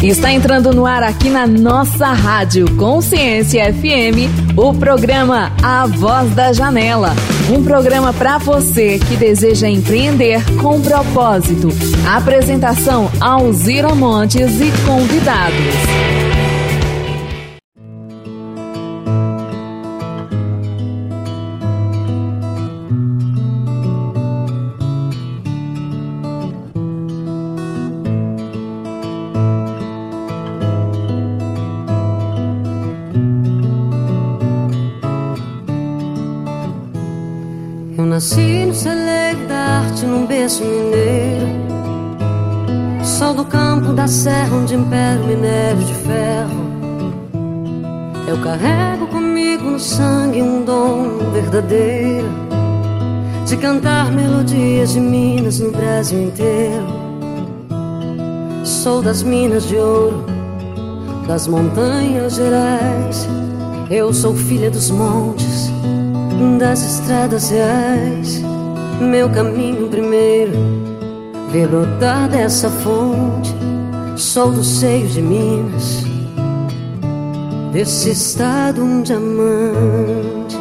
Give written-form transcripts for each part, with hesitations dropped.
Está entrando no ar aqui na nossa Rádio Consciência FM, o programa A Voz da Janela. Um programa para você que deseja empreender com propósito. Apresentação Alzira Montes e convidados. Nasci no celeiro da arte, num berço mineiro. Sou do campo da serra, onde impera o minério de ferro. Eu carrego comigo no sangue um dom verdadeiro de cantar melodias de Minas no Brasil inteiro. Sou das Minas de Ouro, das Montanhas Gerais. Eu sou filha dos montes, das estradas reais. Meu caminho primeiro ver brotar dessa fonte. Sou do seio de Minas, desse estado um diamante.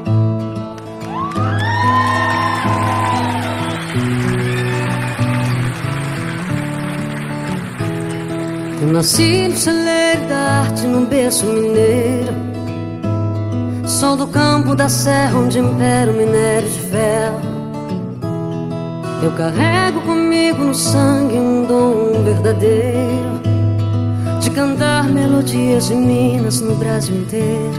Eu nasci no celeiro da arte, num berço mineiro. Sou do campo da serra, onde impera o minério de ferro. Eu carrego comigo no sangue um dom verdadeiro de cantar melodias de Minas no Brasil inteiro.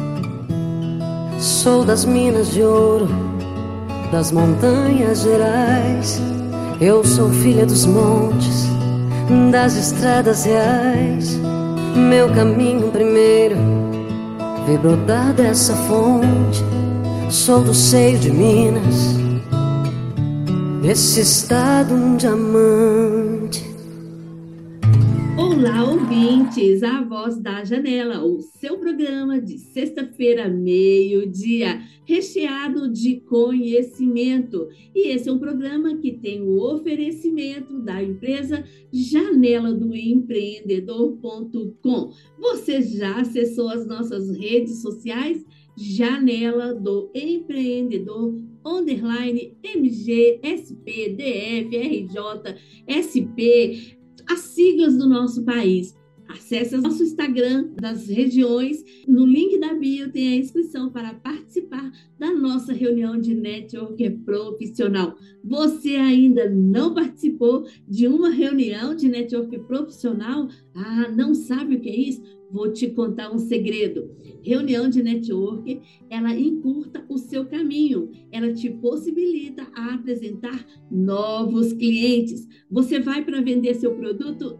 Sou das Minas de Ouro, das Montanhas Gerais. Eu sou filha dos montes, das estradas reais. Meu caminho primeiro ver brotar dessa fonte. Sou do seio de Minas, desse estado um diamante. Olá, ouvintes, a Voz da Janela, o seu programa de sexta-feira, meio-dia, recheado de conhecimento. E esse é um programa que tem o oferecimento da empresa Janela do Empreendedor.com. Você já acessou as nossas redes sociais? Janela do Empreendedor, _MG, SP, DF, RJ, SP, as siglas do nosso país. Acesse o nosso Instagram das regiões. No link da bio tem a inscrição para participar da nossa reunião de network profissional. Você ainda não participou de uma reunião de network profissional? Não sabe o que é isso? Vou te contar um segredo. Reunião de network, ela encurta o seu caminho. Ela te possibilita a apresentar novos clientes. Você vai para vender seu produto?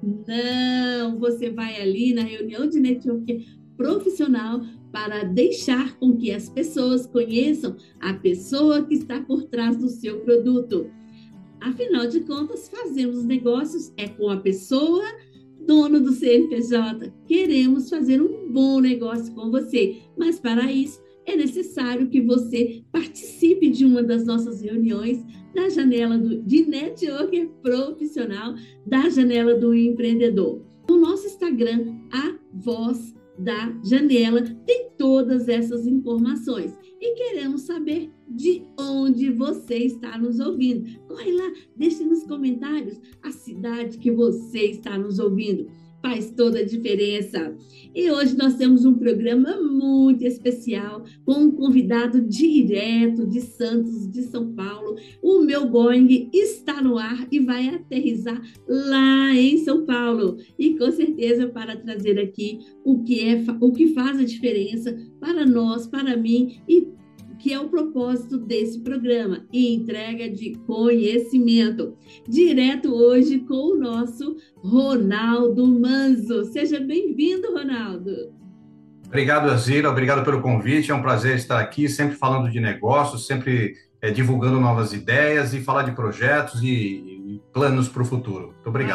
Não! Você vai ali na reunião de network profissional para deixar com que as pessoas conheçam a pessoa que está por trás do seu produto. Afinal de contas, fazemos negócios com a pessoa dono do CNPJ. Queremos fazer um bom negócio com você, mas para isso é necessário que você participe de uma das nossas reuniões da Janela de Network Profissional, da Janela do Empreendedor. No nosso Instagram, a Voz da Janela, tem todas essas informações. E queremos saber de onde você está nos ouvindo. Corre lá, deixe nos comentários a cidade que você está nos ouvindo. Faz toda a diferença. E hoje nós temos um programa muito especial com um convidado direto de Santos, de São Paulo. O meu Boeing está no ar e vai aterrissar lá em São Paulo. E com certeza para trazer aqui o que faz a diferença para nós, para mim e que é o propósito desse programa, e entrega de conhecimento. Direto hoje com o nosso Ronaldo Manzo. Seja bem-vindo, Ronaldo. Obrigado, Azira. Obrigado pelo convite. É um prazer estar aqui, sempre falando de negócios, sempre divulgando novas ideias e falar de projetos e planos para o futuro. Muito obrigado.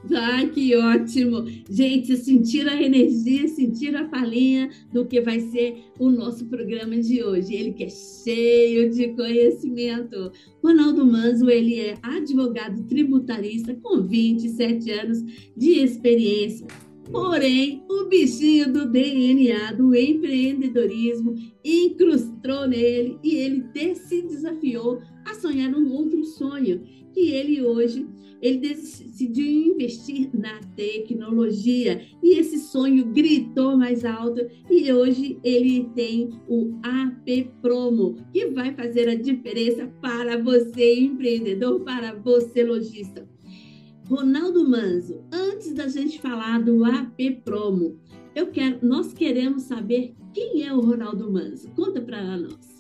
Ai, que ótimo! Gente, sentiram a energia, sentiram a palhinha do que vai ser o nosso programa de hoje. Ele que é cheio de conhecimento. Ronaldo Manzo, ele é advogado tributarista com 27 anos de experiência. Porém, o bichinho do DNA, do empreendedorismo, incrustou nele e ele se desafiou a sonhar um outro sonho, que ele decidiu investir na tecnologia e esse sonho gritou mais alto e hoje ele tem o AP Promo, que vai fazer a diferença para você, empreendedor, para você, lojista. Ronaldo Manzo, antes da gente falar do AP Promo, nós queremos saber quem é o Ronaldo Manzo. Conta para nós.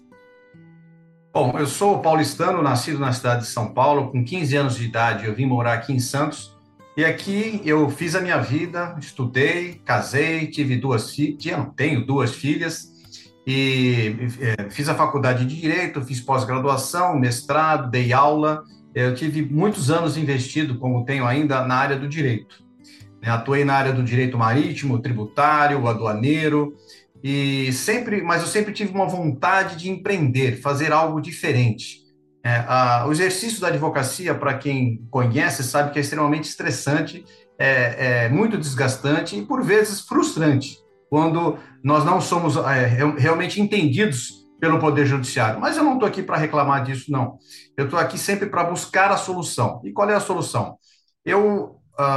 Bom, eu sou paulistano, nascido na cidade de São Paulo. Com 15 anos de idade, eu vim morar aqui em Santos. E aqui eu fiz a minha vida, estudei, casei, tenho 2 filhas. E fiz a faculdade de Direito, fiz pós-graduação, mestrado, dei aula. Eu tive muitos anos investido, como tenho ainda, na área do direito. Atuei na área do direito marítimo, tributário, aduaneiro, mas eu sempre tive uma vontade de empreender, fazer algo diferente. O exercício da advocacia, para quem conhece, sabe que é extremamente estressante, é muito desgastante e, por vezes, frustrante, quando nós não somos realmente entendidos pelo Poder Judiciário. Mas eu não estou aqui para reclamar disso, não. Eu estou aqui sempre para buscar a solução. E qual é a solução? Eu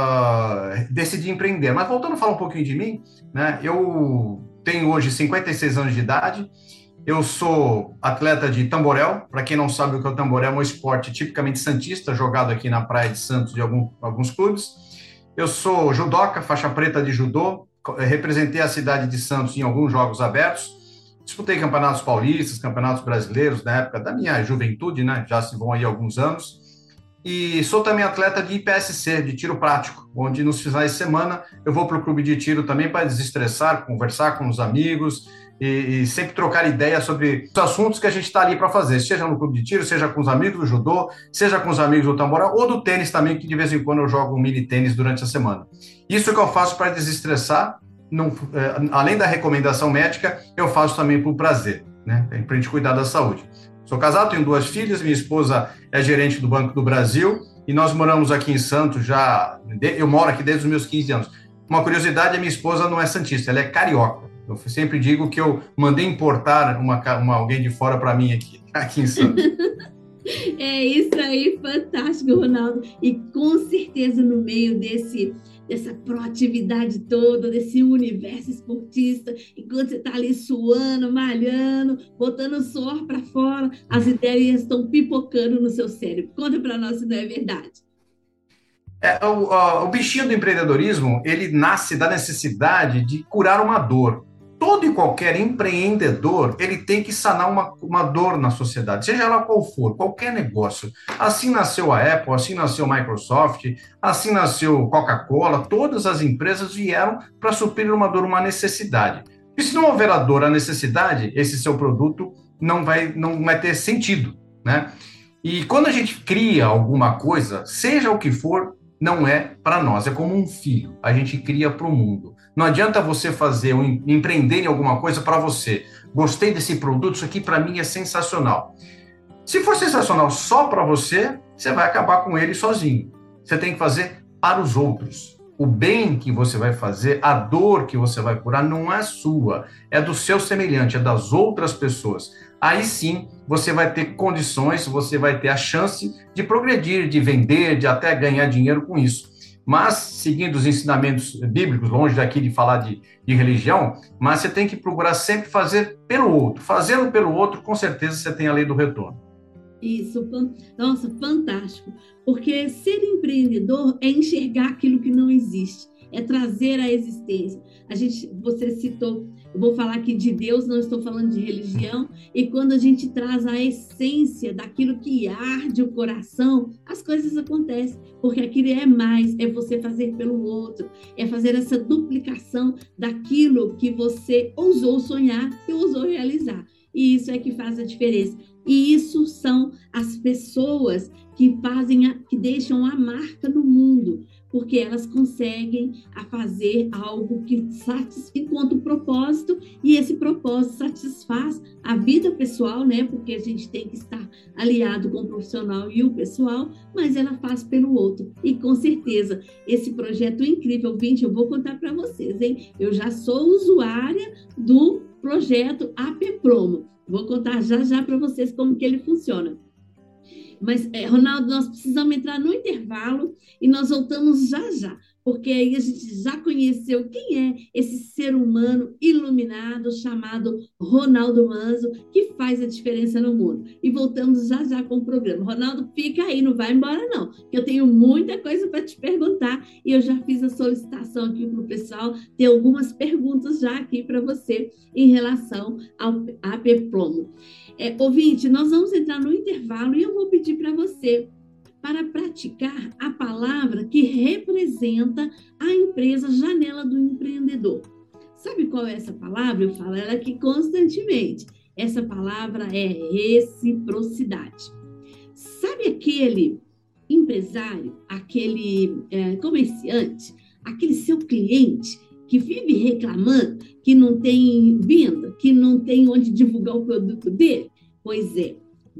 decidi empreender. Mas voltando a falar um pouquinho de mim, né, eu tenho hoje 56 anos de idade, eu sou atleta de tamborel. Para quem não sabe o que é o tamborel, é um esporte tipicamente santista, jogado aqui na Praia de Santos de alguns clubes. Eu sou judoca, faixa preta de judô, representei a cidade de Santos em alguns jogos abertos, disputei campeonatos paulistas, campeonatos brasileiros na época da minha juventude, né? Já se vão aí alguns anos. E sou também atleta de IPSC, de tiro prático, onde nos finais de semana eu vou para o clube de tiro também para desestressar, conversar com os amigos e sempre trocar ideias sobre os assuntos que a gente está ali para fazer, seja no clube de tiro, seja com os amigos do judô, seja com os amigos do tamborel ou do tênis também, que de vez em quando eu jogo um mini tênis durante a semana. Isso que eu faço para desestressar. Além da recomendação médica, eu faço também por prazer, né? Para a gente cuidar da saúde. Sou casado, tenho 2 filhas, minha esposa é gerente do Banco do Brasil e nós moramos aqui em Santos eu moro aqui desde os meus 15 anos. Uma curiosidade, a minha esposa não é santista, ela é carioca. Eu sempre digo que eu mandei importar alguém de fora para mim aqui em Santos. É isso aí, fantástico, Ronaldo. E com certeza no meio dessa proatividade toda, desse universo esportista, enquanto você está ali suando, malhando, botando o suor para fora, as ideias estão pipocando no seu cérebro. Conta para nós se não é verdade. O bichinho do empreendedorismo, ele nasce da necessidade de curar uma dor. Todo e qualquer empreendedor, ele tem que sanar uma dor na sociedade, seja ela qual for, qualquer negócio. Assim nasceu a Apple, assim nasceu a Microsoft, assim nasceu Coca-Cola, todas as empresas vieram para suprir uma dor, uma necessidade. E se não houver a dor, a necessidade, esse seu produto não vai ter sentido, né? E quando a gente cria alguma coisa, seja o que for, não é para nós, é como um filho, a gente cria para o mundo. Não adianta você empreender em alguma coisa para você. Gostei desse produto, isso aqui para mim é sensacional. Se for sensacional só para você, você vai acabar com ele sozinho. Você tem que fazer para os outros. O bem que você vai fazer, a dor que você vai curar não é sua, é do seu semelhante, é das outras pessoas. Aí sim, você vai ter condições, você vai ter a chance de progredir, de vender, de até ganhar dinheiro com isso. Mas, seguindo os ensinamentos bíblicos, longe daqui de falar de religião, mas você tem que procurar sempre fazer pelo outro. Fazendo pelo outro, com certeza você tem a lei do retorno. Isso, nossa, fantástico. Porque ser empreendedor é enxergar aquilo que não existe, é trazer à existência. Você citou, eu vou falar aqui de Deus, não estou falando de religião, e quando a gente traz a essência daquilo que arde o coração, as coisas acontecem, porque aquilo é você fazer pelo outro, é fazer essa duplicação daquilo que você ousou sonhar e ousou realizar. E isso é que faz a diferença. E isso são as pessoas que deixam a marca no mundo. porque elas conseguem fazer algo que encontra o propósito, e esse propósito satisfaz a vida pessoal, né? Porque a gente tem que estar aliado com o profissional e o pessoal, mas ela faz pelo outro. E com certeza, esse projeto incrível, 20, eu vou contar para vocês, hein? Eu já sou usuária do projeto AP Promo. Vou contar já para vocês como que ele funciona. Mas, Ronaldo, nós precisamos entrar no intervalo e nós voltamos já, porque aí a gente já conheceu quem é esse ser humano iluminado chamado Ronaldo Manzo, que faz a diferença no mundo. E voltamos já com o programa. Ronaldo, fica aí, não vai embora não, que eu tenho muita coisa para te perguntar e eu já fiz a solicitação aqui para o pessoal, tem algumas perguntas já aqui para você em relação ao AP Promo. Ouvinte, nós vamos entrar no intervalo e eu vou pedir para você para praticar a palavra que representa a empresa Janela do Empreendedor. Sabe qual é essa palavra? Eu falo ela aqui constantemente. Essa palavra é reciprocidade. Sabe aquele empresário, aquele comerciante, aquele seu cliente que vive reclamando que não tem venda, que não tem onde divulgar o produto dele? Pois é,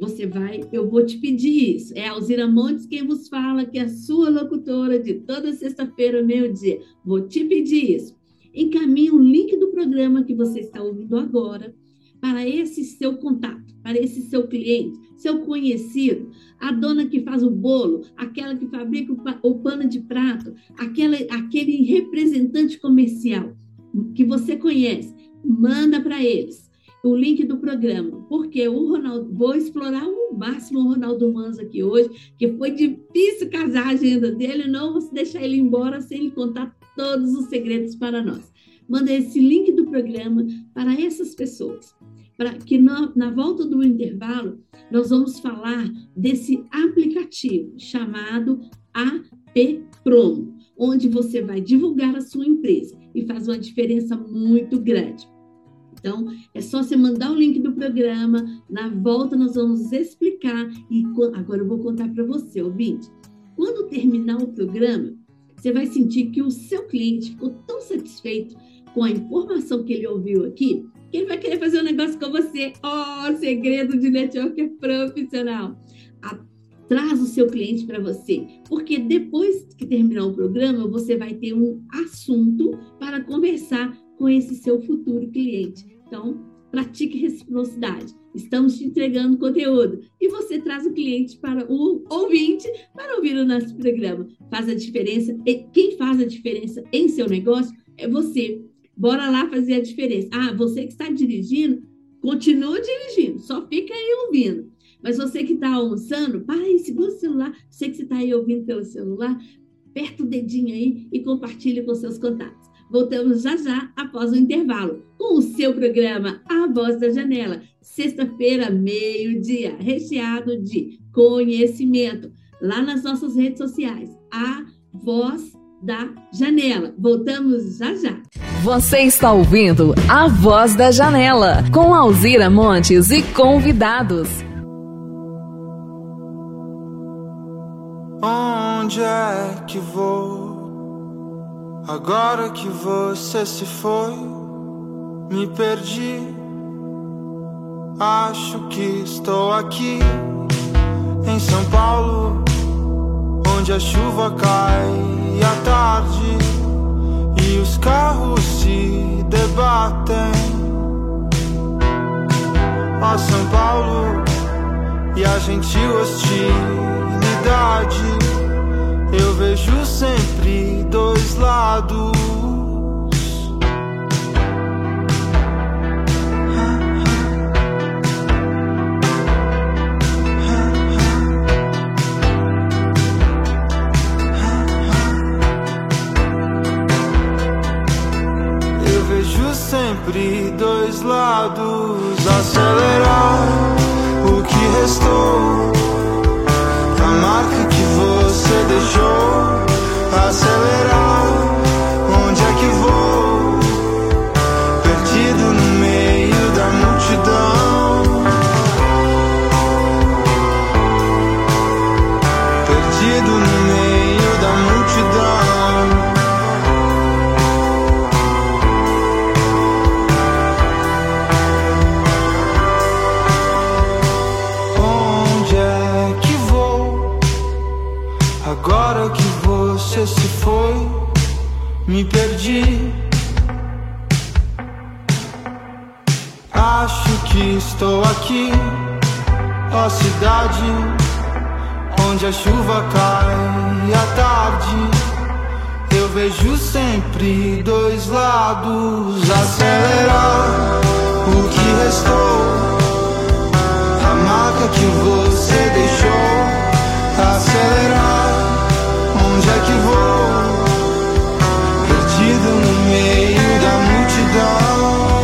eu vou te pedir isso. É a Alzira Montes quem vos fala, que é a sua locutora de toda sexta-feira, meio-dia. Vou te pedir isso. Encaminhe o link do programa que você está ouvindo agora para esse seu contato, para esse seu cliente, seu conhecido, a dona que faz o bolo, aquela que fabrica o pano de prato, aquele representante comercial que você conhece, manda para eles o link do programa, porque o Ronaldo, vou explorar o máximo o Ronaldo Manzo aqui hoje, que foi difícil casar a agenda dele, não vou deixar ele embora sem ele contar todos os segredos para nós. Manda esse link do programa para essas pessoas, para que na volta do intervalo nós vamos falar desse aplicativo chamado AP Promo, onde você vai divulgar a sua empresa e faz uma diferença muito grande. Então, é só você mandar o link do programa, na volta nós vamos explicar, e agora eu vou contar para você, ouvinte. Quando terminar o programa, você vai sentir que o seu cliente ficou tão satisfeito com a informação que ele ouviu aqui, que ele vai querer fazer um negócio com você. Segredo de network profissional. Traz o seu cliente para você, porque depois que terminar o programa, você vai ter um assunto para conversar com esse seu futuro cliente. Então, pratique reciprocidade. Estamos te entregando conteúdo e você traz o cliente para o ouvinte para ouvir o nosso programa. Faz a diferença. E quem faz a diferença em seu negócio é você. Bora lá fazer a diferença. Você que está dirigindo, continua dirigindo, só fica aí ouvindo. Mas você que está almoçando, para aí, segura o celular. Você que está aí ouvindo pelo celular, aperta o dedinho aí e compartilha com seus contatos. Voltamos já após o intervalo com o seu programa A Voz da Janela. Sexta-feira, meio-dia, recheado de conhecimento. Lá nas nossas redes sociais, A Voz da Janela. Voltamos já. Você está ouvindo A Voz da Janela, com Alzira Montes e convidados. Onde é que vou? Agora que você se foi, me perdi. Acho que estou aqui em São Paulo, onde a chuva cai à tarde e os carros se debatem. Ó São Paulo e a gentil hostilidade, eu vejo sempre dois lados. Eu vejo sempre dois lados. Acelerar o que restou, a marca que você deixou. Acelerar, onde é que vou? Perdido no meio da multidão. Perdido no meio da multidão. foi? Me perdi. Acho que estou aqui, ó cidade, onde a chuva cai à tarde. Eu vejo sempre dois lados. Acelerar o que restou, a marca que você deixou. Acelerar, onde é que vou? Perdido no meio da multidão.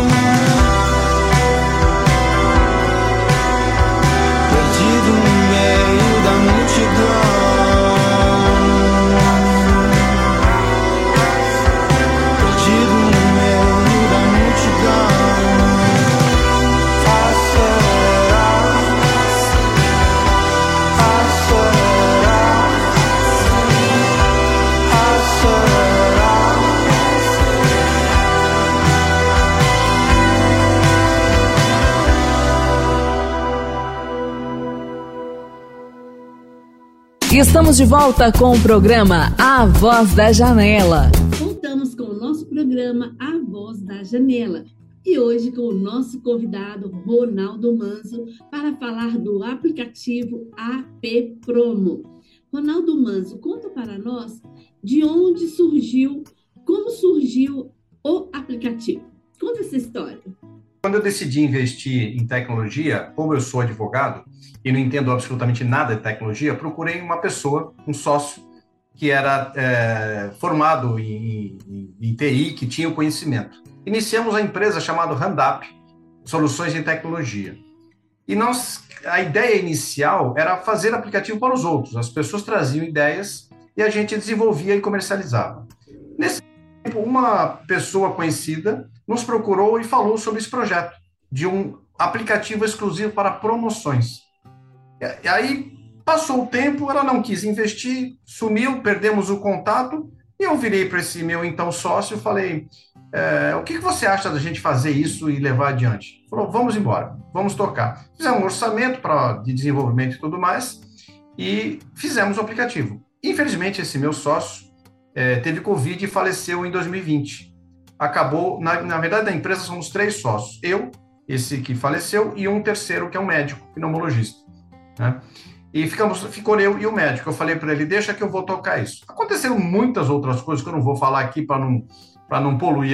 Perdido no meio da multidão. Perdido no meio da multidão. Acelerar, acelerar, acelerar. Estamos de volta com o programa A Voz da Janela. Voltamos com o nosso programa A Voz da Janela. E hoje com o nosso convidado Ronaldo Manzo para falar do aplicativo AP Promo. Ronaldo Manzo, conta para nós de onde surgiu, como surgiu o aplicativo. Conta essa história. Quando eu decidi investir em tecnologia, como eu sou advogado e não entendo absolutamente nada de tecnologia, procurei uma pessoa, um sócio, que era formado em TI, que tinha o conhecimento. Iniciamos a empresa chamada Handap, Soluções em Tecnologia. E a ideia inicial era fazer aplicativo para os outros. As pessoas traziam ideias e a gente desenvolvia e comercializava. Nesse tempo, uma pessoa conhecida nos procurou e falou sobre esse projeto de um aplicativo exclusivo para promoções. E aí passou o tempo, ela não quis investir, sumiu, perdemos o contato e eu virei para esse meu então sócio e falei: o que você acha da gente fazer isso e levar adiante? Ele falou: vamos embora, vamos tocar. Fizemos um orçamento de desenvolvimento e tudo mais e fizemos o aplicativo. Infelizmente, esse meu sócio teve Covid e faleceu em 2020. Acabou, na verdade, da empresa somos 3 sócios. Eu, esse que faleceu, e um terceiro que é um médico, pneumologista, né? E ficou eu e o médico. Eu falei para ele: deixa que eu vou tocar isso. Aconteceram muitas outras coisas que eu não vou falar aqui para não poluir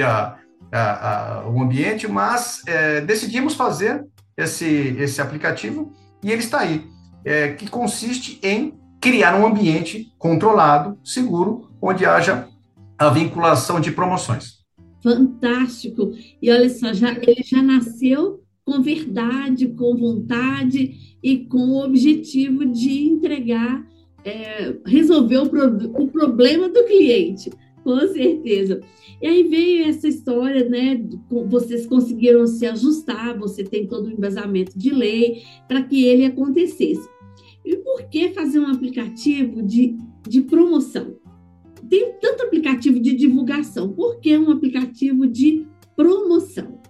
o ambiente, mas decidimos fazer esse aplicativo e ele está aí, que consiste em criar um ambiente controlado, seguro, onde haja a vinculação de promoções. Fantástico! E olha só, ele já nasceu com verdade, com vontade e com o objetivo de entregar, resolver o problema do cliente, com certeza. E aí veio essa história, né? Vocês conseguiram se ajustar, você tem todo o embasamento de lei para que ele acontecesse. E por que fazer um aplicativo de promoção? Tem tanto aplicativo de divulgação, por que um aplicativo de promoção?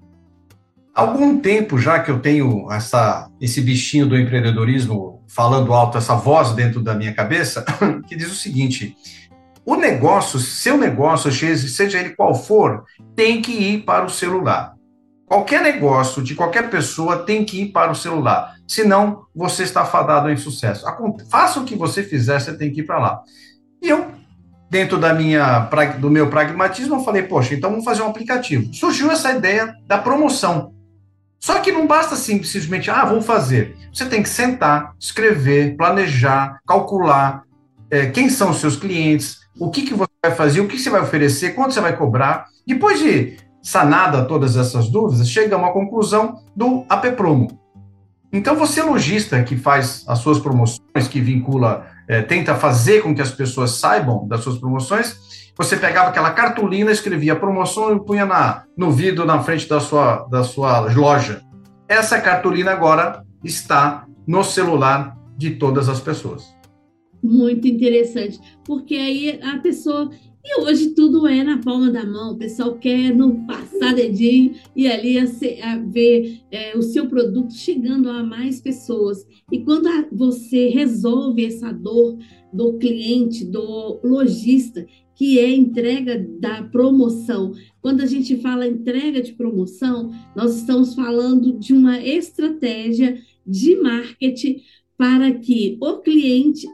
Há algum tempo já que eu tenho esse bichinho do empreendedorismo falando alto, essa voz dentro da minha cabeça, que diz o seguinte: o negócio, seu negócio, seja ele qual for, tem que ir para o celular. Qualquer negócio de qualquer pessoa tem que ir para o celular, senão você está fadado ao insucesso. Faça o que você fizer, você tem que ir para lá. E eu, dentro do meu pragmatismo, eu falei: poxa, então vamos fazer um aplicativo. Surgiu essa ideia da promoção. Só que não basta simplesmente, vou fazer. Você tem que sentar, escrever, planejar, calcular quem são os seus clientes, o que você vai fazer, o que você vai oferecer, quanto você vai cobrar. Depois de sanada todas essas dúvidas, chega a uma conclusão do AP Promo. Então, você, lojista, que faz as suas promoções, que vincula, tenta fazer com que as pessoas saibam das suas promoções, você pegava aquela cartolina, escrevia promoção e punha no vidro na frente da sua loja. Essa cartolina agora está no celular de todas as pessoas. Muito interessante, porque aí a pessoa... E hoje tudo é na palma da mão, o pessoal quer no passe passar dedinho e ali a ver o seu produto chegando a mais pessoas. E quando você resolve essa dor do cliente, do lojista, que é a entrega da promoção. Quando a gente fala entrega de promoção, nós estamos falando de uma estratégia de marketing para que o cliente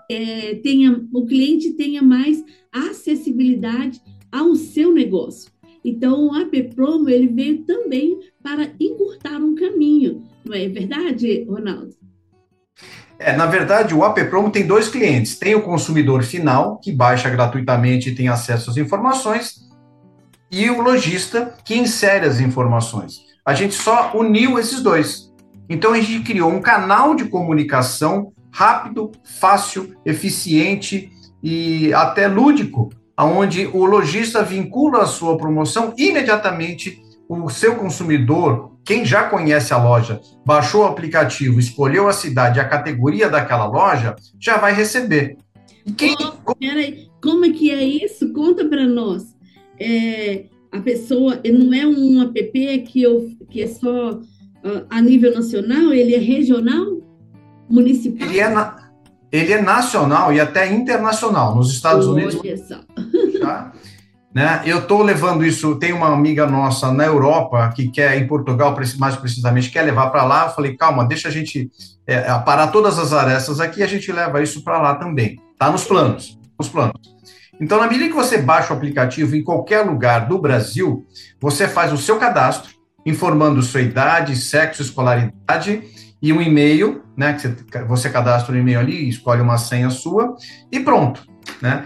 tenha mais acessibilidade ao seu negócio. Então, o AP Promo ele veio também para encurtar um caminho. Não é verdade, Ronaldo? Na verdade, o AP Promo tem dois clientes. Tem o consumidor final, que baixa gratuitamente e tem acesso às informações, e o lojista, que insere as informações. A gente só uniu esses dois. Então, a gente criou um canal de comunicação rápido, fácil, eficiente e até lúdico, onde o lojista vincula a sua promoção imediatamente. O seu consumidor, quem já conhece a loja, baixou o aplicativo, escolheu a cidade, a categoria daquela loja, já vai receber. Peraí, como é que é isso? Conta para nós. A pessoa, não é um app que é só a nível nacional, ele é regional, municipal? Ele é nacional e até internacional. Nos Estados Unidos... Olha só. Tá? Né? Eu estou levando isso, tem uma amiga nossa na Europa que quer, em Portugal, mais precisamente, quer levar para lá. Eu falei, calma, deixa a gente parar todas as arestas aqui e a gente leva isso para lá também. Está nos planos. Então, na medida que você baixa o aplicativo em qualquer lugar do Brasil, você faz o seu cadastro, informando sua idade, sexo, escolaridade e um e-mail, né? Que você cadastra um e-mail ali, escolhe uma senha sua e pronto, né?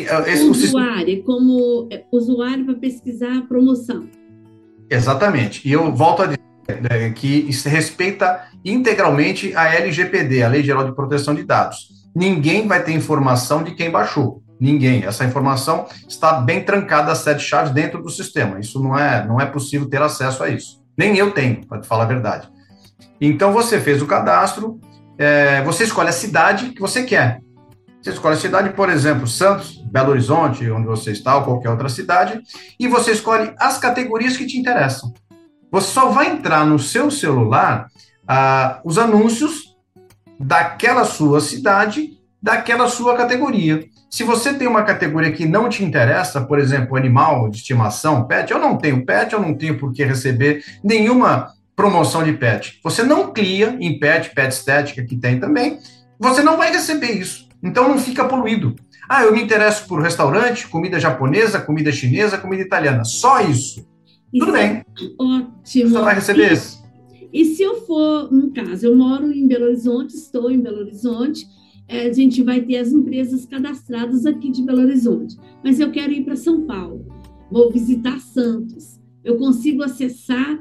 Como usuário para pesquisar a promoção. Exatamente. E eu volto a dizer que isso respeita integralmente a LGPD, a Lei Geral de Proteção de Dados. Ninguém vai ter informação de quem baixou. Ninguém. Essa informação está bem trancada às 7 chaves dentro do sistema. Isso não é possível ter acesso a isso. Nem eu tenho, para te falar a verdade. Então, você fez o cadastro, você escolhe a cidade que você quer. Você escolhe a cidade, por exemplo, Santos, Belo Horizonte, onde você está, ou qualquer outra cidade, e você escolhe as categorias que te interessam. Você só vai entrar no seu celular os anúncios daquela sua cidade, daquela sua categoria. Se você tem uma categoria que não te interessa, por exemplo, animal de estimação, pet, eu não tenho por que receber nenhuma promoção de pet. Você não clia em pet estética, que tem também, você não vai receber isso. Então não fica poluído. Eu me interesso por restaurante, comida japonesa, comida chinesa, comida italiana. Só isso. Tudo bem. Ótimo. Você vai receber isso. E se eu for, no caso, eu moro em Belo Horizonte, estou em Belo Horizonte, a gente vai ter as empresas cadastradas aqui de Belo Horizonte. Mas eu quero ir para São Paulo. Vou visitar Santos. Eu consigo acessar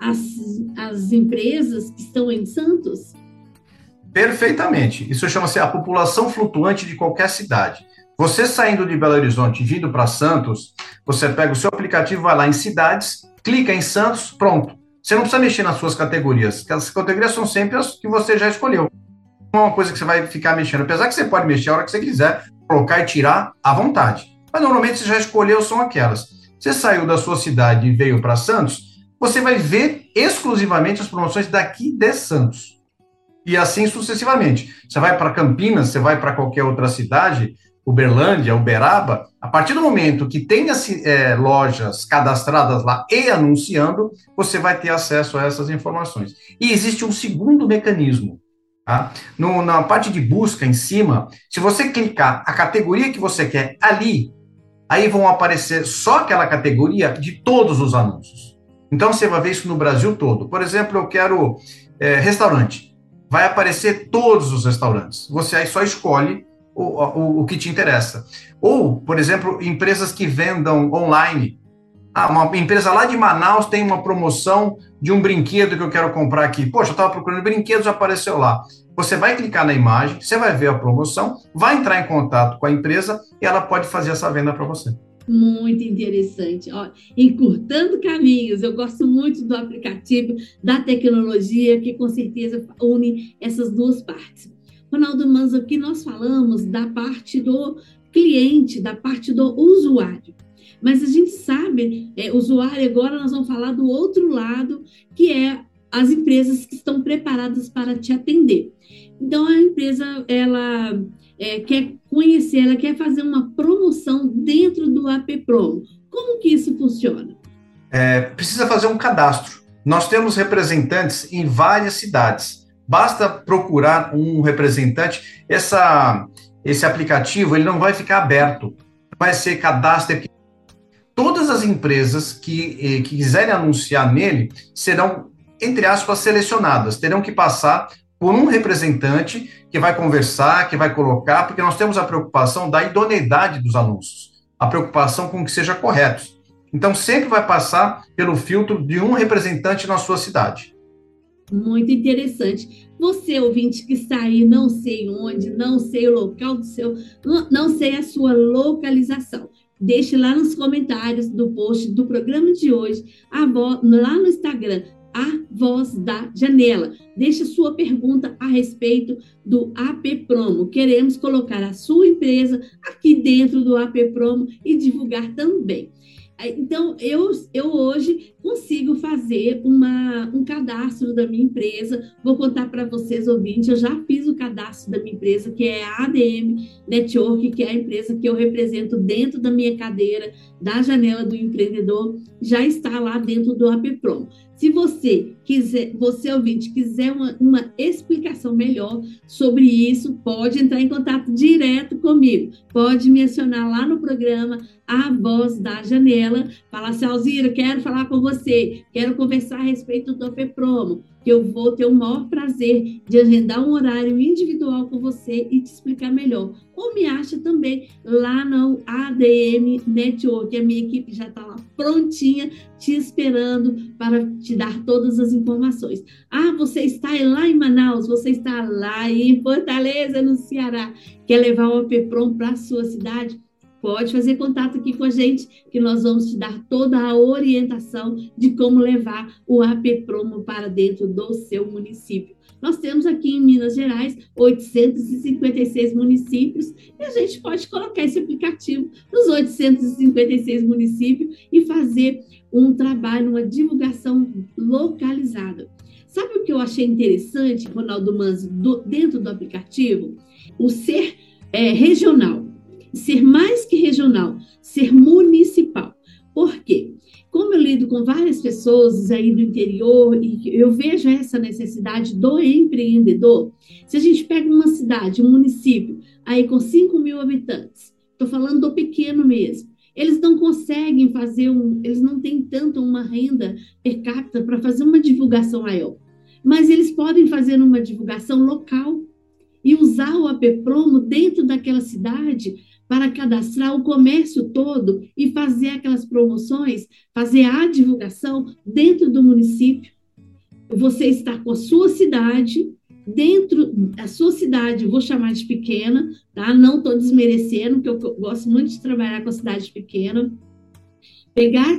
as empresas que estão em Santos? Perfeitamente. Isso chama-se a população flutuante de qualquer cidade. Você saindo de Belo Horizonte e vindo para Santos, você pega o seu aplicativo, vai lá em cidades, clica em Santos, pronto. Você não precisa mexer nas suas categorias. As categorias são sempre as que você já escolheu. Não é uma coisa que você vai ficar mexendo. Apesar que você pode mexer a hora que você quiser, colocar e tirar à vontade. Mas normalmente você já escolheu, são aquelas. Você saiu da sua cidade e veio para Santos, você vai ver exclusivamente as promoções daqui de Santos. E assim sucessivamente. Você vai para Campinas, você vai para qualquer outra cidade, Uberlândia, Uberaba, a partir do momento que tenha lojas cadastradas lá e anunciando, você vai ter acesso a essas informações. E existe um segundo mecanismo. Tá? Na parte de busca em cima, se você clicar a categoria que você quer ali, aí vão aparecer só aquela categoria de todos os anúncios. Então você vai ver isso no Brasil todo. Por exemplo, eu quero restaurante. Vai aparecer todos os restaurantes. Você aí só escolhe o que te interessa. Ou, por exemplo, empresas que vendam online. Uma empresa lá de Manaus tem uma promoção de um brinquedo que eu quero comprar aqui. Poxa, eu estava procurando brinquedos, apareceu lá. Você vai clicar na imagem, você vai ver a promoção, vai entrar em contato com a empresa e ela pode fazer essa venda para você. Muito interessante. Encurtando caminhos, eu gosto muito do aplicativo, da tecnologia, que com certeza une essas duas partes. Ronaldo Manzo, aqui nós falamos da parte do cliente, da parte do usuário. Mas a gente sabe, usuário, agora nós vamos falar do outro lado, que é as empresas que estão preparadas para te atender. Então, a empresa, ela quer conhecer, ela quer fazer uma promoção dentro do AP Promo. Como que isso funciona? Precisa fazer um cadastro. Nós temos representantes em várias cidades. Basta procurar um representante. Esse aplicativo ele não vai ficar aberto. Vai ser cadastro. Todas as empresas que quiserem anunciar nele serão, entre aspas, selecionadas. Terão que passar por um representante que vai conversar, que vai colocar, porque nós temos a preocupação da idoneidade dos anúncios, a preocupação com que seja correto. Então, sempre vai passar pelo filtro de um representante na sua cidade. Muito interessante. Você, ouvinte, que está aí, não sei onde, não sei o local do seu, não sei a sua localização. Deixe lá nos comentários do post do programa de hoje, lá no Instagram, A Voz da Janela. Deixe sua pergunta a respeito do AP Promo. Queremos colocar a sua empresa aqui dentro do AP Promo e divulgar também. Então, eu hoje consigo fazer um cadastro da minha empresa. Vou contar para vocês, ouvintes, eu já fiz o cadastro da minha empresa, que é a ADM Network, que é a empresa que eu represento dentro da minha cadeira da Janela do Empreendedor, já está lá dentro do AP Promo. Se você quiser, você ouvinte, quiser uma explicação melhor sobre isso, pode entrar em contato direto comigo. Pode me acionar lá no programa A Voz da Janela, falar assim, Alzira, quero falar com você, quero conversar a respeito do AP Promo, que eu vou ter o maior prazer de agendar um horário individual com você e te explicar melhor. Ou me acha também lá no ADM Network, a minha equipe já está lá prontinha, te esperando para te dar todas as informações. Você está lá em Manaus, você está lá em Fortaleza, no Ceará, quer levar o AP Promo para a sua cidade? Pode fazer contato aqui com a gente, que nós vamos te dar toda a orientação de como levar o AP Promo para dentro do seu município. Nós temos aqui em Minas Gerais 856 municípios e a gente pode colocar esse aplicativo nos 856 municípios e fazer um trabalho, uma divulgação localizada. Sabe o que eu achei interessante, Ronaldo Manzi, dentro do aplicativo? O ser regional. Ser mais que regional, ser municipal. Por quê? Como eu lido com várias pessoas aí do interior e eu vejo essa necessidade do empreendedor, se a gente pega uma cidade, um município, aí com 5 mil habitantes, estou falando do pequeno mesmo, eles não conseguem fazer eles não têm tanto uma renda per capita para fazer uma divulgação maior, mas eles podem fazer uma divulgação local e usar o AP Promo dentro daquela cidade para cadastrar o comércio todo e fazer aquelas promoções, fazer a divulgação dentro do município. Você está com a sua cidade, dentro da sua cidade, vou chamar de pequena, tá? Não estou desmerecendo, porque eu gosto muito de trabalhar com a cidade pequena. Pegar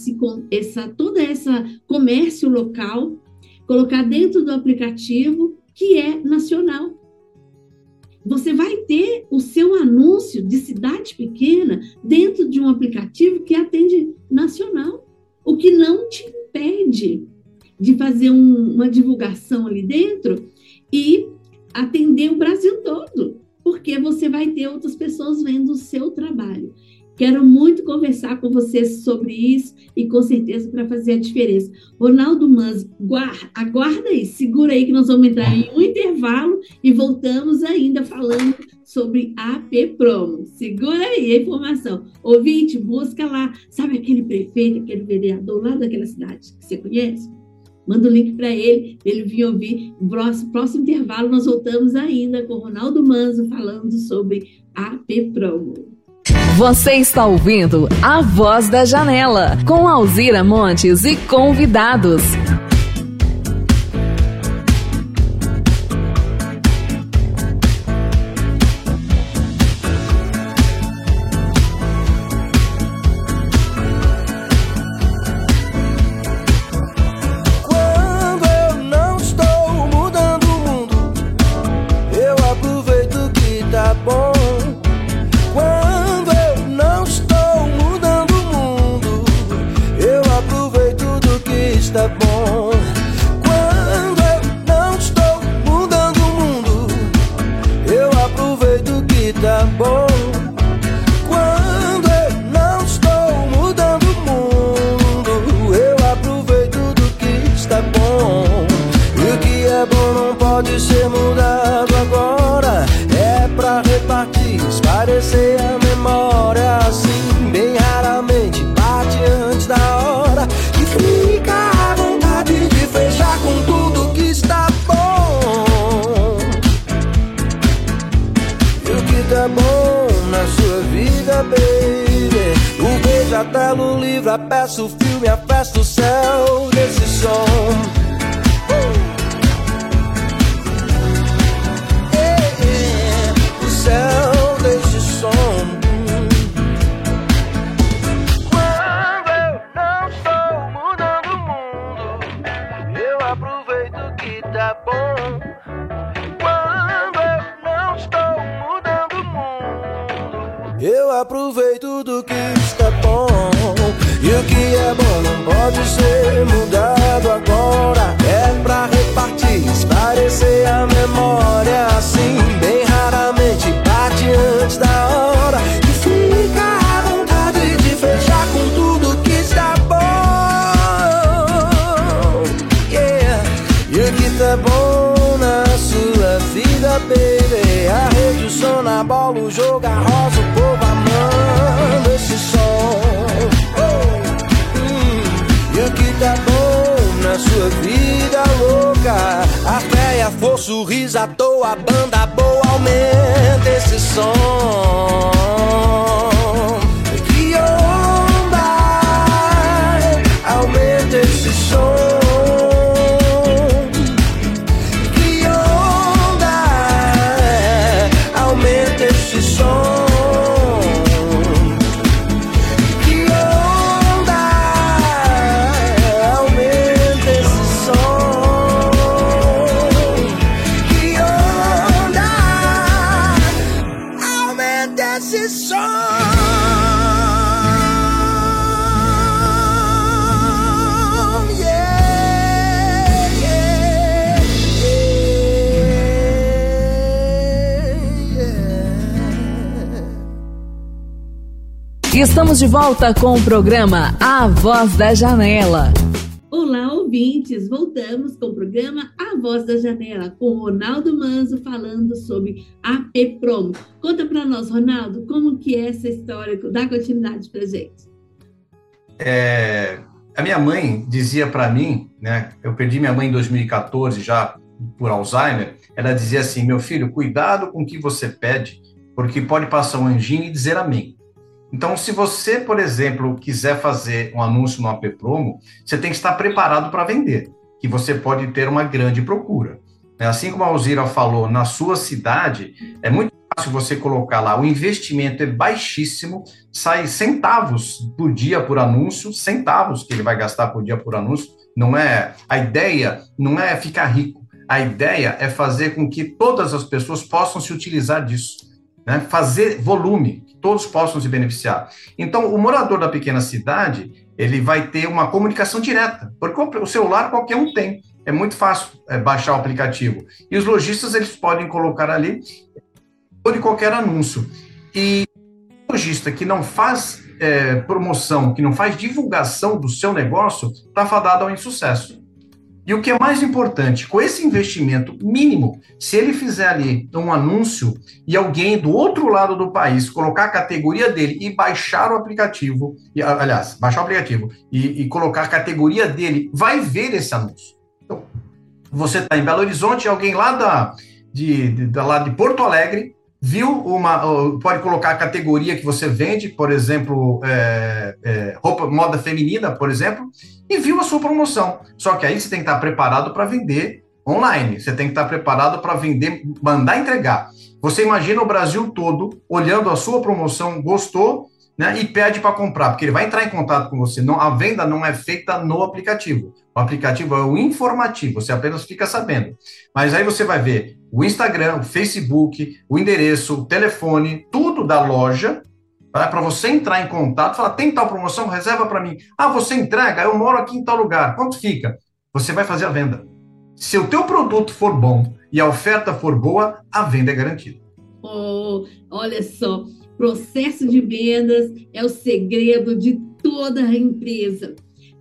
todo esse comércio local, colocar dentro do aplicativo, que é nacional. Você vai ter o seu anúncio de cidade pequena dentro de um aplicativo que atende nacional, o que não te impede de fazer uma divulgação ali dentro e atender o Brasil todo, porque você vai ter outras pessoas vendo o seu trabalho. Quero muito conversar com vocês sobre isso e com certeza para fazer a diferença. Ronaldo Manzi, aguarda aí, segura aí que nós vamos entrar em um intervalo e voltamos ainda falando sobre AP Promo. Segura aí a informação. Ouvinte, busca lá. Sabe aquele prefeito, aquele vereador lá daquela cidade que você conhece? Manda o link para ele vir ouvir. No próximo intervalo nós voltamos ainda com Ronaldo Manzi falando sobre AP Promo. Você está ouvindo A Voz da Janela, com Alzira Montes e convidados. Quando eu não estou mudando o mundo, eu aproveito que tá bom. Quando eu não estou mudando o Descartelo, livra, peço o filme, a festa, o céu desse som. O céu desse som. Quando eu não estou mudando o mundo, eu aproveito que tá bom. Quando eu não estou mudando o mundo, eu aproveito do que está bom. E o que é bom não pode ser mudado agora. É pra repartir, esclarecer a memória. Assim, bem raramente bate antes da hora. E fica à vontade de fechar com tudo que está bom. Yeah. E o que tá bom na sua vida, baby? A rede, o som na bola, o jogo, a rosa, o povo amando esse som. E o que tá bom na sua vida louca? A fé e a força, o riso à toa, a banda boa, aumenta esse som. Que onda, aumenta esse som. Que onda, aumenta esse som. Estamos de volta com o programa A Voz da Janela. Olá, ouvintes! Voltamos com o programa A Voz da Janela, com Ronaldo Manzo falando sobre AP Promo. Conta para nós, Ronaldo, como que é essa história? Dá continuidade para gente. A minha mãe dizia para mim, né? Eu perdi minha mãe em 2014 já por Alzheimer. Ela dizia assim: meu filho, cuidado com o que você pede, porque pode passar um anjinho e dizer amém. Então, se você, por exemplo, quiser fazer um anúncio no AP Promo, você tem que estar preparado para vender, que você pode ter uma grande procura. Assim como a Alzira falou, na sua cidade, é muito fácil você colocar lá, o investimento é baixíssimo, sai centavos por dia por anúncio, centavos que ele vai gastar por dia por anúncio. A ideia não é ficar rico, a ideia é fazer com que todas as pessoas possam se utilizar disso. Né, fazer volume, que todos possam se beneficiar. Então, o morador da pequena cidade, ele vai ter uma comunicação direta, porque o celular qualquer um tem, é muito fácil baixar o aplicativo. E os lojistas, eles podem colocar ali de qualquer anúncio. E o lojista que não faz promoção, que não faz divulgação do seu negócio, está fadado ao insucesso. E o que é mais importante, com esse investimento mínimo, se ele fizer ali um anúncio e alguém do outro lado do país colocar a categoria dele e baixar o aplicativo, baixar o aplicativo e colocar a categoria dele, vai ver esse anúncio. Então, você está em Belo Horizonte, alguém lá de Porto Alegre viu pode colocar a categoria que você vende, por exemplo, roupa, moda feminina, por exemplo, e viu a sua promoção. Só que aí você tem que estar preparado para vender online, você tem que estar preparado para vender, mandar entregar. Você imagina o Brasil todo olhando a sua promoção, gostou, né, e pede para comprar, porque ele vai entrar em contato com você. Não, a venda não é feita no aplicativo. O aplicativo é o informativo, você apenas fica sabendo. Mas aí você vai ver o Instagram, o Facebook, o endereço, o telefone, tudo da loja, para você entrar em contato, falar, tem tal promoção, reserva para mim. Ah, você entrega, eu moro aqui em tal lugar, quanto fica? Você vai fazer a venda. Se o teu produto for bom e a oferta for boa, a venda é garantida. Oh, olha só, processo de vendas é o segredo de toda a empresa.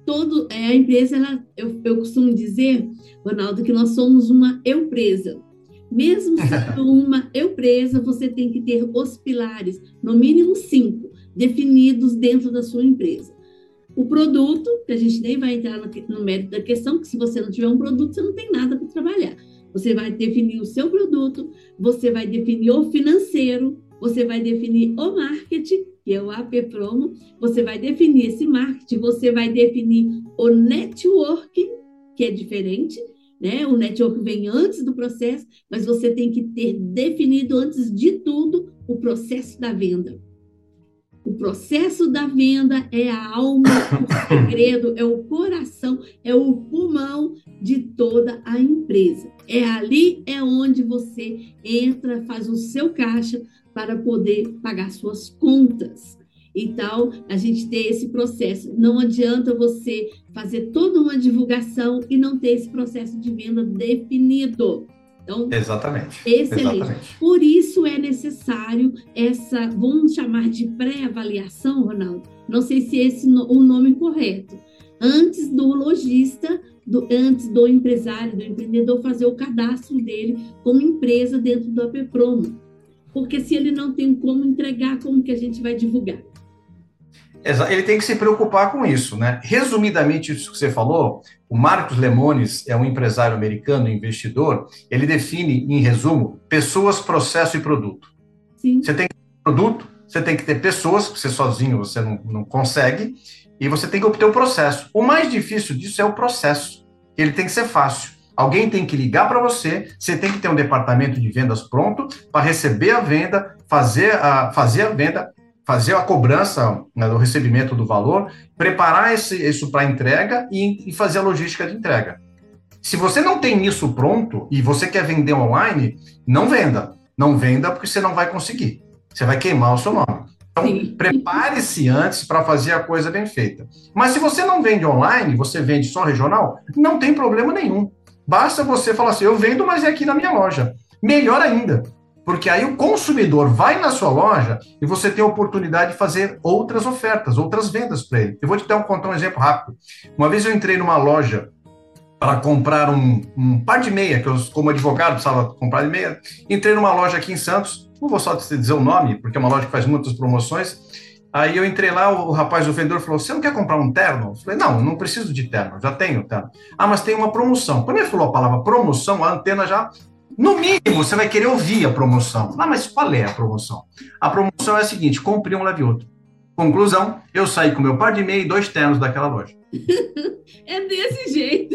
A empresa, eu costumo dizer, Ronaldo, que nós somos uma eu-presa. Mesmo sendo uma eu-presa, você tem que ter os pilares, no mínimo 5, definidos dentro da sua empresa. O produto, que a gente nem vai entrar no mérito da questão, que se você não tiver um produto, você não tem nada para trabalhar. Você vai definir o seu produto, você vai definir o financeiro, você vai definir o marketing que é o AP Promo, você vai definir esse marketing, você vai definir o networking, que é diferente, né? O network vem antes do processo, mas você tem que ter definido antes de tudo o processo da venda. O processo da venda é a alma, o segredo, é o coração, é o pulmão de toda a empresa. É ali onde você entra, faz o seu caixa para poder pagar suas contas. Então, a gente tem esse processo. Não adianta você fazer toda uma divulgação e não ter esse processo de venda definido. Então, exatamente. Excelente. Exatamente. Por isso é necessário essa, vamos chamar de pré-avaliação, Ronaldo. Não sei se esse é o nome correto. Antes do lojista, antes do empresário, do empreendedor fazer o cadastro dele como empresa dentro do AP Promo. Porque se ele não tem como entregar, como que a gente vai divulgar? Ele tem que se preocupar com isso, né? Resumidamente, isso que você falou, o Marcos Lemonis é um empresário americano, investidor, ele define, em resumo, pessoas, processo e produto. Sim. Você tem que ter produto, você tem que ter pessoas, porque você sozinho você não consegue, e você tem que obter o processo. O mais difícil disso é o processo. Ele tem que ser fácil. Alguém tem que ligar para você, você tem que ter um departamento de vendas pronto para receber a venda, fazer a venda, fazer a cobrança, né, do recebimento do valor, preparar isso para entrega e fazer a logística de entrega. Se você não tem isso pronto e você quer vender online, não venda. Não venda porque você não vai conseguir. Você vai queimar o seu nome. Então, prepare-se antes para fazer a coisa bem feita. Mas se você não vende online, você vende só regional, não tem problema nenhum. Basta você falar assim, eu vendo, mas é aqui na minha loja. Melhor ainda, porque aí o consumidor vai na sua loja e você tem a oportunidade de fazer outras ofertas, outras vendas para ele. Eu vou te contar um exemplo rápido. Uma vez eu entrei numa loja para comprar um par de meia, que eu, como advogado, precisava comprar de meia. Entrei numa loja aqui em Santos, não vou só dizer o nome, porque é uma loja que faz muitas promoções. Aí eu entrei lá, o rapaz, o vendedor, falou, você não quer comprar um terno? Eu falei, não preciso de terno, já tenho terno. Ah, mas tem uma promoção. Quando ele falou a palavra promoção, a antena já... No mínimo, você vai querer ouvir a promoção. Ah, mas qual é a promoção? A promoção é a seguinte, compre um, leve outro. Conclusão, eu saí com meu par de meia e 2 ternos daquela loja. É desse jeito.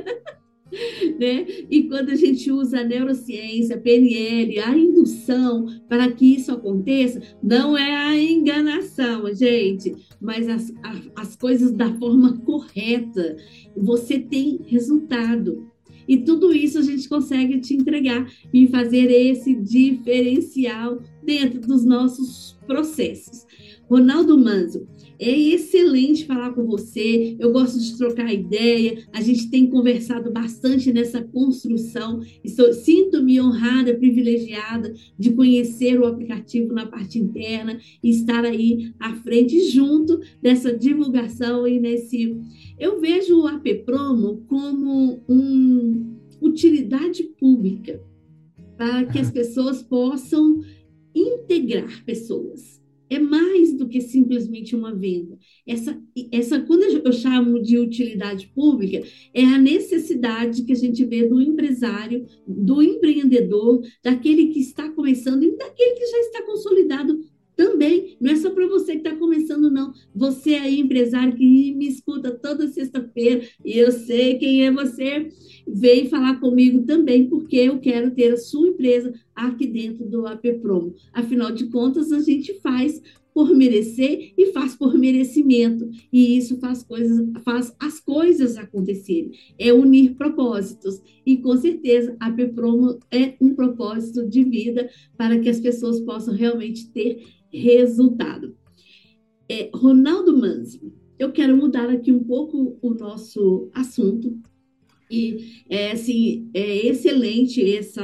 Né? E quando a gente usa a neurociência, a PNL, a indução para que isso aconteça, não é a enganação, gente, mas as coisas da forma correta. Você tem resultado. E tudo isso a gente consegue te entregar e fazer esse diferencial dentro dos nossos processos. Ronaldo Manzo, é excelente falar com você, eu gosto de trocar ideia, a gente tem conversado bastante nessa construção e sinto-me honrada, privilegiada de conhecer o aplicativo na parte interna e estar aí à frente junto dessa divulgação e nesse... Eu vejo o AP Promo como uma utilidade pública para que as pessoas possam integrar pessoas. É mais do que simplesmente uma venda. Quando eu chamo de utilidade pública, é a necessidade que a gente vê do empresário, do empreendedor, daquele que está começando e daquele que já está consolidado também. Não é só para você que está começando, não. Você aí, empresário, que me escuta toda sexta-feira, e eu sei quem é você, vem falar comigo também, porque eu quero ter a sua empresa aqui dentro do AP Promo. Afinal de contas, a gente faz por merecer e faz por merecimento. E isso faz as coisas acontecerem. É unir propósitos. E, com certeza, a AP Promo é um propósito de vida para que as pessoas possam realmente ter resultado. Ronaldo Manzo, eu quero mudar aqui um pouco o nosso assunto. E é excelente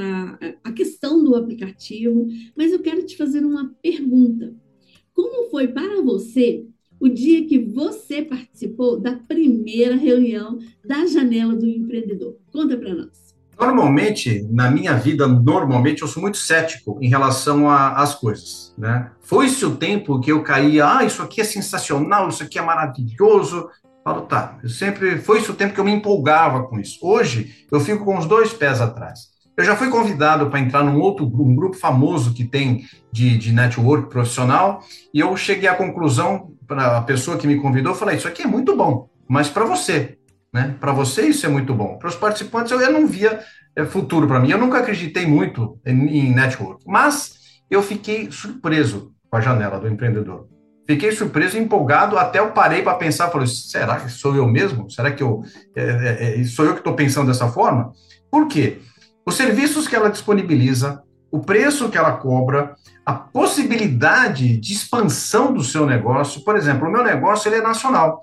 a questão do aplicativo, mas eu quero te fazer uma pergunta. Como foi para você o dia que você participou da primeira reunião da Janela do Empreendedor? Conta para nós. Normalmente, na minha vida, eu sou muito cético em relação às coisas, né? Foi-se o tempo que eu caía, isso aqui é sensacional, isso aqui é maravilhoso. Falo, tá, foi-se o tempo que eu me empolgava com isso. Hoje, eu fico com os 2 pés atrás. Eu já fui convidado para entrar um grupo famoso que tem de network profissional, e eu cheguei à conclusão, para a pessoa que me convidou, eu falei, isso aqui é muito bom, mas para você, né? Para você isso é muito bom. Para os participantes eu não via futuro para mim, eu nunca acreditei muito em network, mas eu fiquei surpreso com a janela do empreendedor. Fiquei surpreso e empolgado, até eu parei para pensar, falei, será que sou eu mesmo? Será que sou eu que estou pensando dessa forma? Por quê? Os serviços que ela disponibiliza, o preço que ela cobra, a possibilidade de expansão do seu negócio. Por exemplo, o meu negócio ele é nacional.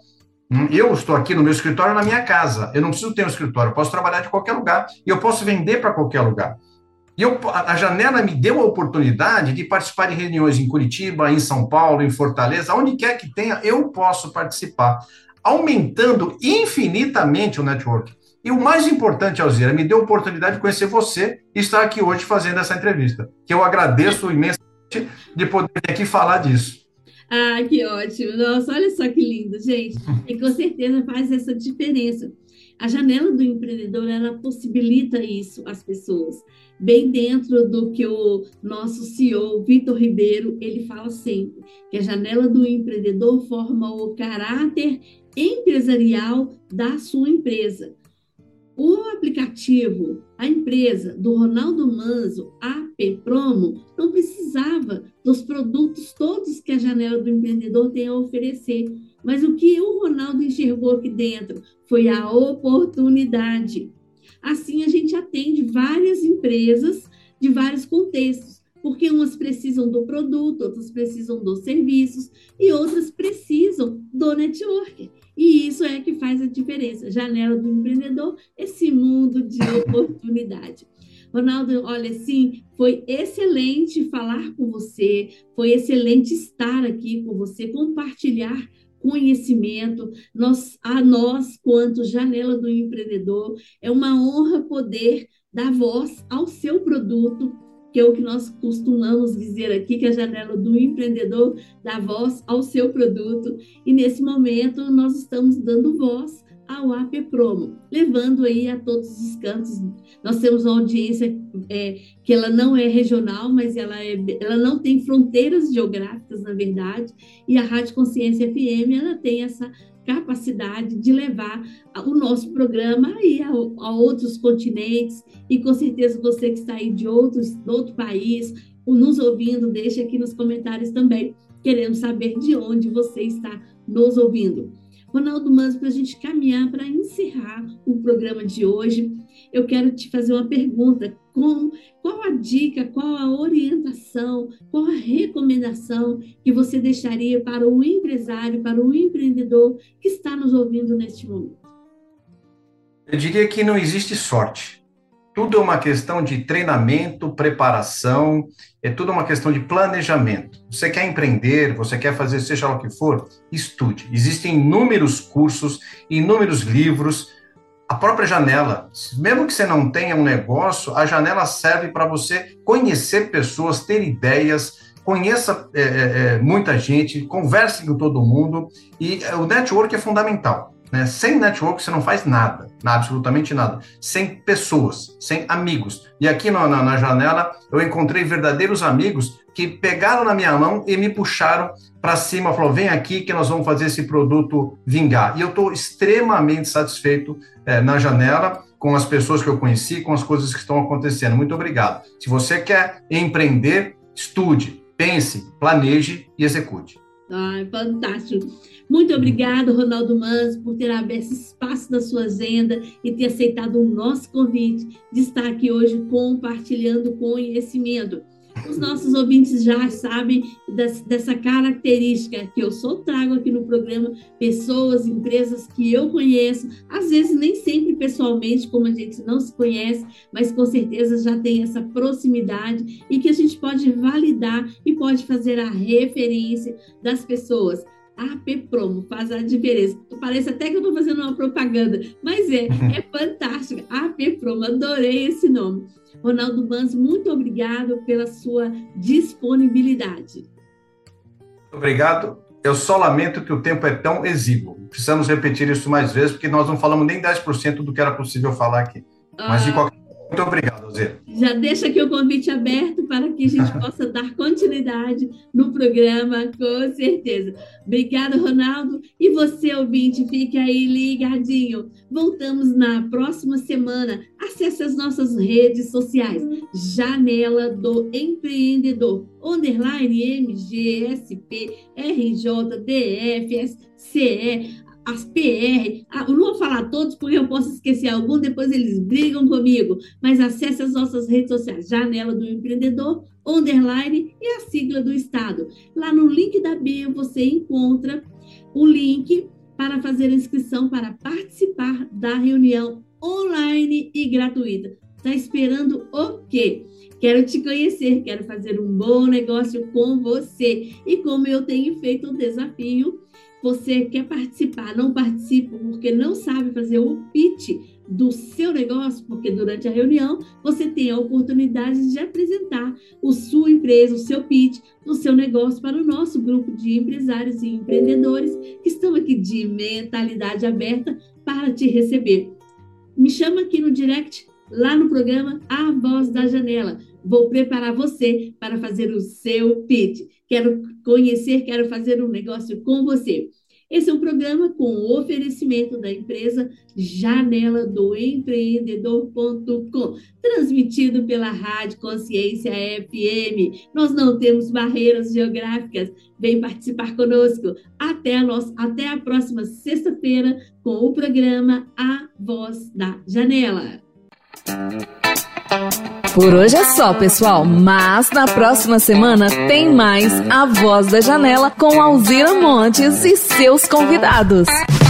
Eu estou aqui no meu escritório, na minha casa. Eu não preciso ter um escritório, eu posso trabalhar de qualquer lugar e eu posso vender para qualquer lugar. E a janela me deu a oportunidade de participar de reuniões em Curitiba, em São Paulo, em Fortaleza, onde quer que tenha, eu posso participar, aumentando infinitamente o network. E o mais importante, Alzira, me deu a oportunidade de conhecer você e estar aqui hoje fazendo essa entrevista, que eu agradeço imensamente de poder aqui falar disso. Ah, que ótimo. Nossa, olha só que lindo, gente. E com certeza faz essa diferença. A janela do empreendedor, ela possibilita isso às pessoas. Bem dentro do que o nosso CEO, Vitor Ribeiro, ele fala sempre, que a janela do empreendedor forma o caráter empresarial da sua empresa. O aplicativo, a empresa do Ronaldo Manzo, AP Promo, não precisava dos produtos todos que a janela do empreendedor tem a oferecer. Mas o que o Ronaldo enxergou aqui dentro foi a oportunidade. Assim, a gente atende várias empresas de vários contextos, porque umas precisam do produto, outras precisam dos serviços e outras precisam do network. E isso é que faz a diferença. Janela do empreendedor, esse mundo de oportunidade. Ronaldo, olha, sim, foi excelente falar com você, foi excelente estar aqui com você, compartilhar conhecimento. A nós, quanto Janela do Empreendedor, é uma honra poder dar voz ao seu produto, que é o que nós costumamos dizer aqui, que a janela do empreendedor dá voz ao seu produto. E nesse momento nós estamos dando voz ao AP Promo, levando aí a todos os cantos. Nós temos uma audiência que ela não é regional, mas ela não tem fronteiras geográficas, na verdade, e a Rádio Consciência FM, ela tem essa capacidade de levar o nosso programa aí a outros continentes, e com certeza você que está aí de outro país, nos ouvindo, deixa aqui nos comentários também, queremos saber de onde você está nos ouvindo. Ronaldo Manzo, para a gente caminhar, para encerrar o programa de hoje, eu quero te fazer uma pergunta. Qual a dica, qual a orientação, qual a recomendação que você deixaria para o empresário, para o empreendedor que está nos ouvindo neste momento? Eu diria que não existe sorte. Tudo é uma questão de treinamento, preparação, é tudo uma questão de planejamento. Você quer empreender, você quer fazer seja lá o que for, estude. Existem inúmeros cursos, inúmeros livros. A própria janela, mesmo que você não tenha um negócio, a janela serve para você conhecer pessoas, ter ideias, conheça muita gente, converse com todo mundo, e o network é fundamental. Né? Sem network você não faz nada, absolutamente nada. Sem pessoas, sem amigos. E aqui na janela eu encontrei verdadeiros amigos que pegaram na minha mão e me puxaram para cima, falaram, vem aqui que nós vamos fazer esse produto vingar. E eu estou extremamente satisfeito na janela com as pessoas que eu conheci, com as coisas que estão acontecendo. Muito obrigado. Se você quer empreender, estude, pense, planeje e execute. Ai, fantástico. Muito obrigado, Ronaldo Manzo, por ter aberto esse espaço da sua agenda e ter aceitado o nosso convite de estar aqui hoje compartilhando conhecimento. Os nossos ouvintes já sabem dessa característica que eu só trago aqui no programa, pessoas, empresas que eu conheço, às vezes nem sempre pessoalmente, como a gente não se conhece, mas com certeza já tem essa proximidade e que a gente pode validar e pode fazer a referência das pessoas. A AP Promo faz a diferença. Parece até que eu estou fazendo uma propaganda, mas é fantástico. A AP Promo, adorei esse nome. Ronaldo Manzo, muito obrigado pela sua disponibilidade. Obrigado. Eu só lamento que o tempo é tão exíguo. Precisamos repetir isso mais vezes, porque nós não falamos nem 10% do que era possível falar aqui. Mas de qualquer forma, Muito obrigado, Alzira. Já deixa aqui o convite aberto para que a gente possa dar continuidade no programa, com certeza. Obrigada, Ronaldo. E você, ouvinte, fique aí ligadinho. Voltamos na próxima semana. Acesse as nossas redes sociais. Janela do Empreendedor, _MGSP, RJ, DF, CE, as PR, eu não vou falar todos porque eu posso esquecer algum, depois eles brigam comigo, mas acesse as nossas redes sociais, Janela do Empreendedor, _ e a sigla do Estado. Lá no link da bio você encontra o link para fazer a inscrição para participar da reunião online e gratuita. Está esperando o quê? Quero te conhecer, quero fazer um bom negócio com você. E como eu tenho feito um desafio, você quer participar, não participa porque não sabe fazer o pitch do seu negócio, porque durante a reunião você tem a oportunidade de apresentar a sua empresa, o seu pitch, o seu negócio para o nosso grupo de empresários e empreendedores que estão aqui de mentalidade aberta para te receber. Me chama aqui no direct, lá no programa A Voz da Janela. Vou preparar você para fazer o seu pitch. Quero conhecer, quero fazer um negócio com você. Esse é um programa com o oferecimento da empresa Janela do Empreendedor.com, transmitido pela Rádio Consciência FM. Nós não temos barreiras geográficas. Vem participar conosco. Até a próxima sexta-feira com o programa A Voz da Janela. Por hoje é só, pessoal, mas na próxima semana tem mais A Voz da Janela com Alzira Montes e seus convidados.